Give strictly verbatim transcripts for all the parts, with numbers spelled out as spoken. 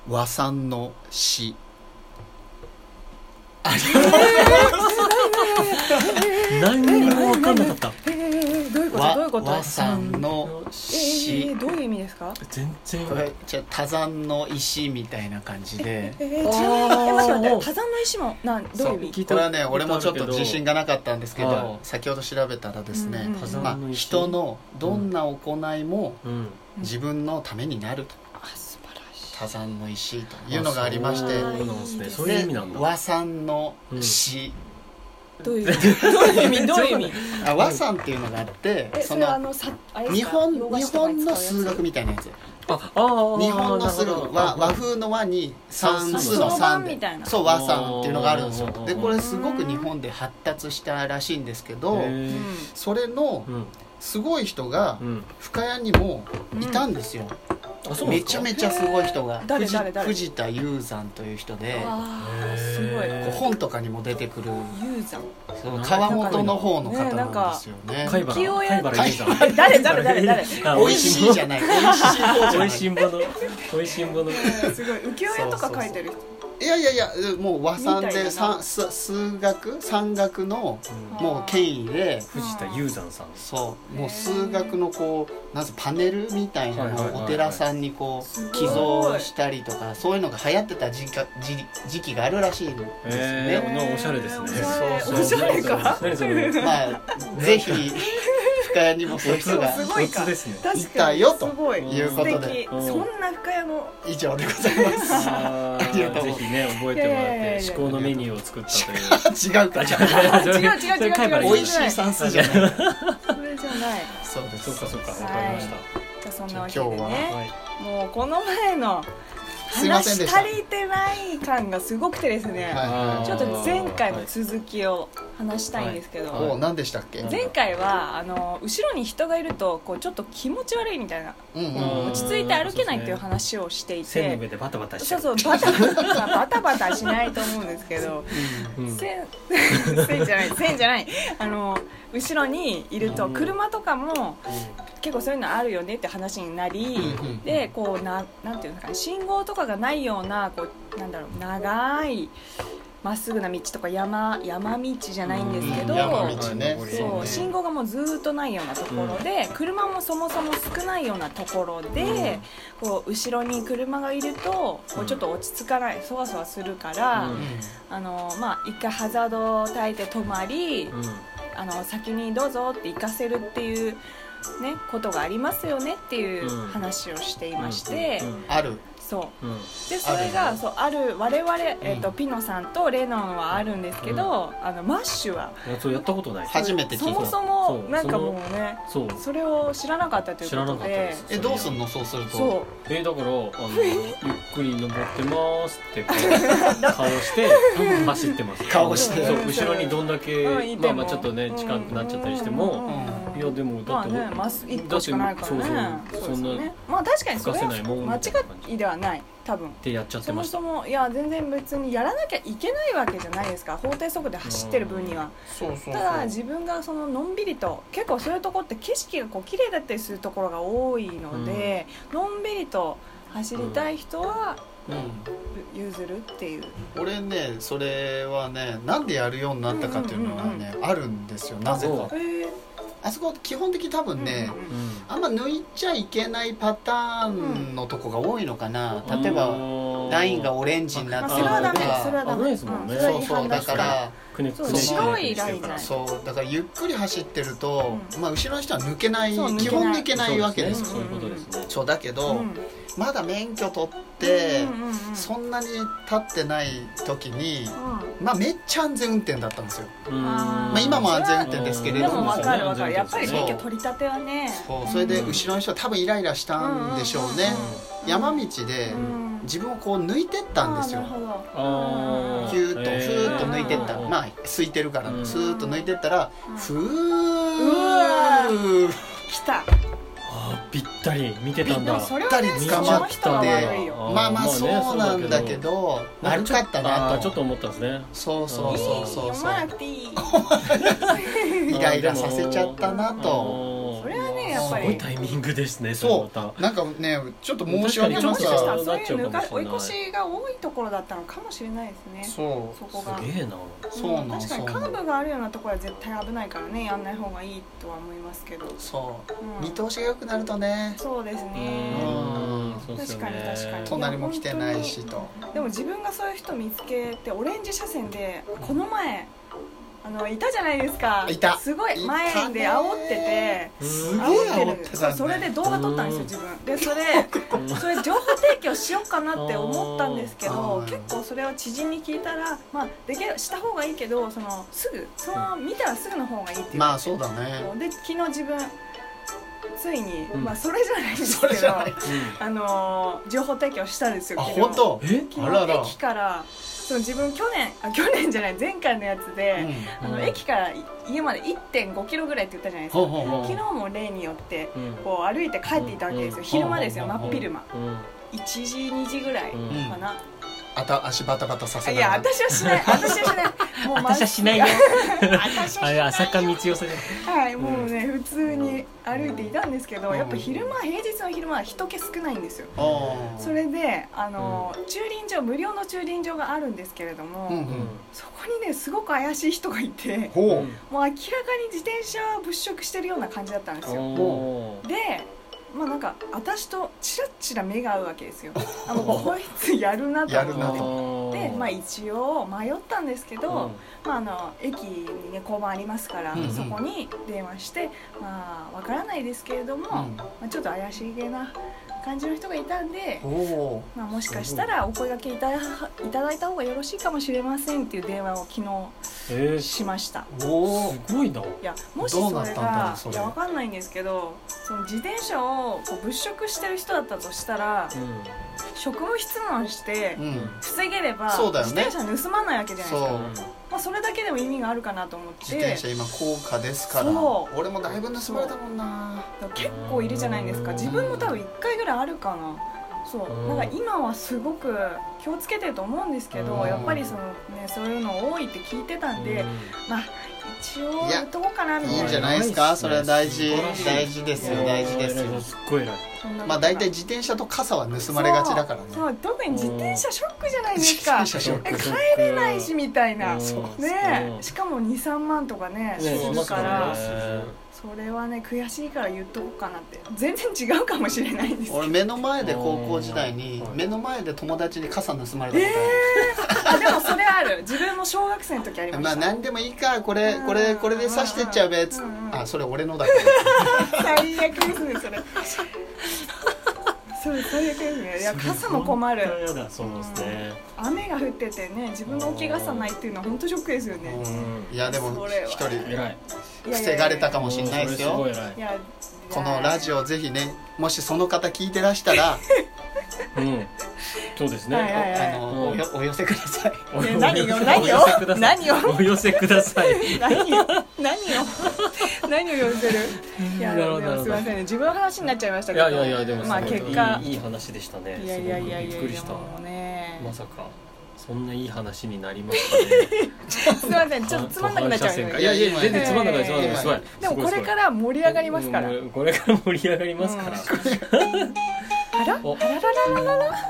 和算の詩。あえー、何にも分かんなかった。 えー、どういうことどういうこと和算の詩、 えー、どういう意味ですか？ 全然これじゃ多山の石みたいな感じで、 えー、ちなみにえ待って待って多山の石もなんどういう意味？ これはね俺もちょっと自信がなかったんですけど、 はい、 先ほど調べたらですね、 うんうんうん、 まあ、人のどんな行いも自分のためになると、 あ素晴らしい。 多山の石というのがありまして、 そうなんですね、そういう意味なんだ。 和算の詩、 うん、どういう意味？どういう意味？どういう意味？ あ和算っていうのがあって、 えそれはあのさ日本日本の数学みたいなやつ。 ああ日本の数学は和風の和に算数の算で、そう和算っていうのがあるんですよ。でこれすごく日本で発達したらしいんですけど、それのすごい人が深谷にもいたんですよ。うん、めちゃめちゃすごい人が誰誰誰藤田雄山という人で、 あすごいこう本とかにも出てくる雄山、 そう川本の方の方なんですよね。 貝原浮世絵誰誰誰誰おいしいじゃない、おいしい方じゃない、 おいしんぼのおいしんぼのすごい浮世絵とか描いてる人。 いやいやいやもう和算で数学山岳のもう権威で藤田雄山さん、 そうもう数学のこうなんパネルみたいなのをお寺さんにこう寄贈したりとかそういうのが流行ってた時期時期があるらしいんですよね。 えー、おしゃれですね。 そうそうおしゃれか。 何それ。 まあぜひ深谷にもそういう人がいたよということで、 そんな深谷の以上でございます。 ありがとうございます。ぜひね覚えてもらって至高のメニューを作ったという。 違うか。 違う違う違う違う。 美味しい算数じゃない。それじゃない。 そうです。 そうかそうかわかりました。 じゃあそんなわけでね。もうこの前のすいませんでした。 話足りてない感がすごくてですね、はい、ちょっと前回の続きを話したいんですけど、 はいはい、何でしたっけ？ 前回はあの後ろに人がいるとこうちょっと気持ち悪いみたいな、うんうん、落ち着いて歩けないっていう話をしていて、 線の上でバタバタしちゃう。 そうそうバタバタバタバタしないと思うんですけど、うん、線線じゃない線じゃないあの後ろにいると車とかも結構そういうのあるよねって話になり、でこうななんていうんですかね、信号とかがないようなこうなんだろう長いまっすぐな道とか山山道じゃないんですけど、 山道ね、 そう信号がもうずっとないようなところで、車もそもそも少ないようなところで、こう後ろに車がいるとこうちょっと落ち着かない、そわそわするから、あのまあ一回ハザードを焚いて止まり、あの先にどうぞって行かせるっていうね、ことがありますよねっていう話をしていまして、 うんうんうん、あるそう、うん、でそれがある、そうある我々、えーとうん、ピノさんとレノンはあるんですけど、うん、あのマッシュはそうやったことない、 初めて聞いた。 そもそもなんかもうね そ, それを知らなかったということで、 えどうすんのそうすると。 そうえだからあのゆっくり登ってますって顔して走ってます。 顔してそう後ろにどんだけ、うん、まあまあちょっとね近くなっちゃったりしても、うんうんうん、いやでもだって、 まあね、マスいっこしかないからね。 そうそう、そんな、 ね、まあ確かにそれは間違いではない多分。 でやっちゃってました。 そもそもいや全然別にやらなきゃいけないわけじゃないですか、法定速度で走ってる分には。 そうそうそう。 ただ自分がそののんびりと、結構そういうところって景色がこう綺麗だったりするところが多いので、うん、のんびりと走りたい人は、うん、譲るっていう。 俺ねそれはねなんでやるようになったかっていうのはね、うんうんうん、あるんですよ、なぜか。あそこ基本的に多分ね、うんうんうん、あんま抜いちゃいけないパターンのとこが多いのかな、うん、例えばラインがオレンジになってるとか、 それはダメ、それはダメですもんね。 そうそう、だからそう白いラインじゃない。 そうだからゆっくり走ってると、うん、まあ後ろの人は抜けない、基本抜けないわけですよ。 そういうことですね。 そうだけど、うん、まだ免許取って、うんうんうん、そんなに経ってない時に、うん、まあめっちゃ安全運転だったんですよ。まあ今も安全運転ですけれども、 でも分かる分かる、やっぱり免許取り立てはね。 そう、それで後ろの人は多分イライラしたんでしょうね。山道で自分をこう抜いてったんですよ。 あキューッとふーっと抜いてった、まあ空いてるから、うん、スーッと抜いてったら、うん、ふー来た。 あぴったり見てたんだ。 ぴったり捕まってまあまあそうなんだけど、悪かったなとちょっと思ったんですね。 そうそうそうそう読まなくていいイライラさせちゃったなと。 それはねやっぱりすごいタイミングですね。 そうなんかねちょっと申し訳なもしかしたら確かにそういう追い越しが多いところだったのかもしれないですね。 そうそこがすげえな。 そうなん確かにカーブがあるようなところは絶対危ないからね、やんない方がいいとは思いますけど。 そう、 うん、 見通しが良くなるとね。 そうですね。 うん確かに確かに。 隣も来てないしと。 でも自分がそういう人見つけて、オレンジ車線でこの前あのいたじゃないですか。 いた。 すごい前で煽ってて、 すげえ煽ってたね。 それで動画撮ったんですよ自分で。それそれ情報提供しようかなって思ったんですけど、結構それを知人に聞いたら、まあできるした方がいいけど、そのすぐその見たらすぐの方がいいっていう。 まあそうだね。 で昨日自分ついに、 うん、 まあそれじゃないんですけど、あのー、情報提供したんですよ。 あ本当？ え？昨日駅からその自分去年あ去年じゃない前回のやつで、うん、あの駅から家まで いってんごキロぐらいって言ったじゃないですか。うん、昨日も例によってこう歩いて帰っていたわけですよ。昼間ですよ、真っ昼間。いちじにじぐらいかな。 あた足バタバタさせない。いや私はしない。私はしない。 もう私はしないよ。 私はしないよ。 朝霞道夫さん。 はい、もうね普通に歩いていたんですけど、やっぱ昼間平日の昼間は人気少ないんですよ。それであの駐輪場無料の駐輪場があるんですけれども、うんうん、そこにねすごく怪しい人がいて、もう明らかに自転車を物色してるような感じだったんですよ。で。まあなんか私とチラッチラ目が合うわけですよ。あのこいつやるなと思って、でまあ一応迷ったんですけど、うん、まああの駅にね交番ありますから、うんうん、そこに電話してまあわからないですけれども、うん、まあちょっと怪しげな感じの人がいたんで、まあ、もしかしたらお声掛けいただ、いただいた方がよろしいかもしれませんっていう電話を昨日しました。 えー、おすごいな。いやもしそれがいやわかんないんですけど、その自転車をこう物色してる人だったとしたら、うん、職務質問して防げれば、うん、自転車盗まないわけじゃないですか。まあ、それだけでも意味があるかなと思って。 自転車今高価ですから。俺もだいぶ盗まれたもんな。 結構いるじゃないですか。自分も多分いっかいぐらいあるかな。そうなんか今はすごく気をつけてると思うんですけど、やっぱりその、ね、そういうの多いって聞いてたんで、まあ一応言っとこうかなみたいな。 いいんじゃないですか。それは大事大事ですよ。大事ですよ。 すっごい偉い。 まあ大体自転車と傘は盗まれがちだからね。 そう、特に自転車ショックじゃないですか。自転車ショック。帰れないしみたいな。ね、しかも にさんまんとかねするから。それはね悔しいから言っとこうかなって。全然違うかもしれないんですけど、 俺目の前で高校時代に目の前で友達に傘盗まれたことある。 えー、あでもそれある。自分も小学生の時ありました。 まあ何でもいいかこれこれこれで刺してっちゃうべっつ、うんうん、あそれ俺のだから最悪ですねそれそう最悪ですね。いや傘も困る。 そうですね、 うん、雨が降っててね自分の置き傘ないっていうのは本当ショックですよね。 いやでも一人偉い防がれたかもしれないですよ。 いやこのラジオぜひねもしその方聞いてらしたらうん、そうですね。 はいはいはい、 あの、うん、お, お寄せください。 何を何を何をお寄せください。 何を何を何を寄せる。いやでもすみませんね自分の話になっちゃいましたけど。 いやいやいやでもまあ結果いいいい話でしたね。 いやいやいやいやびっくりした。 もうねまさかそんないい話になりましたね。 すみませんちょっとつまんなくなっちゃう。 いやいや全然つまんなくないつまんなくないすごい。 でもこれから盛り上がりますから。 これから盛り上がりますから。 あらあららららら。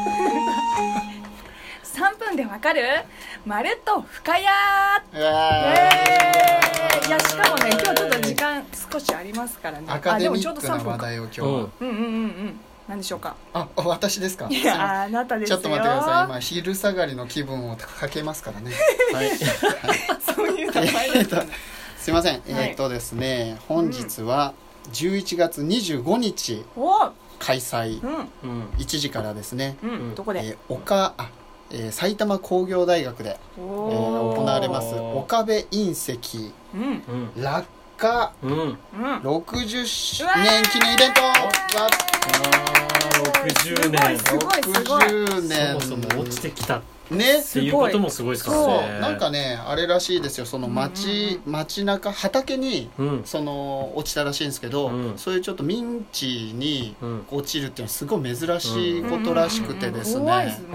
さんぷんでわかるまるっと深谷。えー、いやしかもね今日ちょっと時間少しありますからね。 アカデミックな話題を今日は。 うんうんうんうん何でしょうか。 あ私ですか。 いやあなたですよ。 ちょっと待ってください今昼下がりの気分をかけますからね。はい、はい、 そういう名前ですかね。 すいません、はい、えー、っとですね本日はじゅういちがつにじゅうごにち開催、うん、いちじからですね、 うん、どこで、 えー、岡あえー、埼玉工業大学で、えー、行われます岡部隕石、うん、落下、うん、ろくじゅっしゅねん記念イベント。 ろくじゅうねんすごいすごいろくじゅうねんそもそも落ちてきたねっていうこともすごいですからね。 そうなんかねあれらしいですよ。その町、うん、街中畑に、うん、その落ちたらしいんですけど、うん、そういうちょっと民地に落ちるっていうのはすごい珍しいことらしくてですね、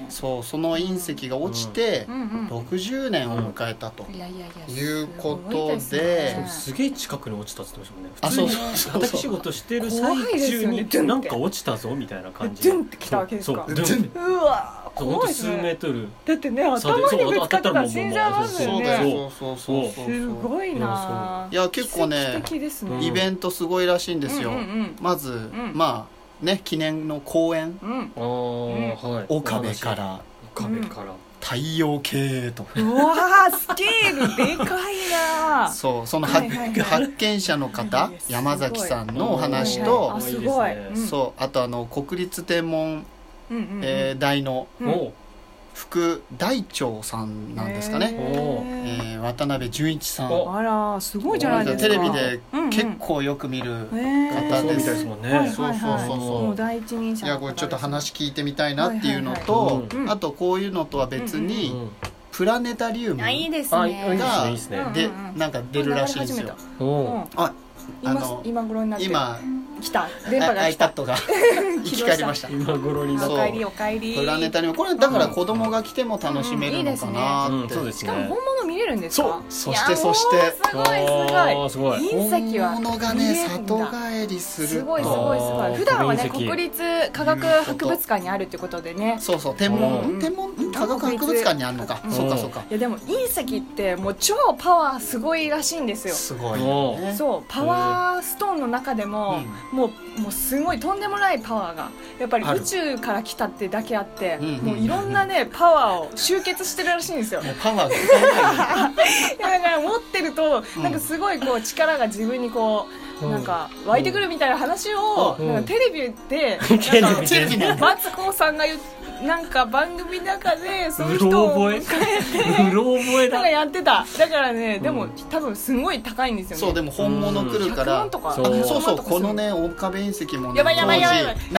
そうその隕石が落ちてろくじゅうねんを迎えたということで、 すげえ近くに落ちたって言ってましたもんね。 普通に畑仕事してる最中になんか落ちたぞみたいな感じでドゥンってきたわけですか。うわ本当数メートルだってね、頭にぶつかったら死んじゃいますよね。 そうそうそうそう、 すごいな。 いや結構ねイベントすごいらしいんですよ。まずまあね、記念の公演、岡部から岡部から太陽系と、 うわースケールでかいな。 そうその発見者の方山崎さんのお話と、 すごい、 そうあとあの国立天文台の副大長さんなんですかね、えー、渡辺淳一さん。 あらすごいじゃないですか。 テレビで結構よく見る方です。 そうね。 そうそうそうそう。 第一人者。 いやこれちょっと話聞いてみたいなっていうのと、あとこういうのとは別にプラネタリウムがでなんか出るらしいんですよ。あ、あの今頃になって今来た電波が来た iPad が生き返りました。 今頃になっておかえりおかえり。 プラネタリウムこれだから子供が来ても楽しめるのかなって。 しかも本物見れるんですか。 そうそしてそしてすごいすごい隕石は本物がね里帰りするとすごいすごいすごい。普段はね国立科学博物館にあるってことでね。 そうそう天文天文科学博物館にあるのか。そうかそうか。 いやでも隕石ってもう超パワーすごいらしいんですよ。 すごいそうパワーストーンの中でももうもうすごいとんでもないパワーがやっぱり宇宙から来たってだけあってもういろんなねパワーを集結してるらしいんですよ。 パワーがいやだから持ってるとなんかすごいこう力が自分にこうなんか湧いてくるみたいな話をなんかテレビでなんかマツコさんが言ってなんか番組の中でそういう人を迎えてうろ覚えだなんかやってた。だからねでも多分すごい高いんですよね。 そうでも本物来るから、そうそうこのね岡部隕石もねやばいやばいやばい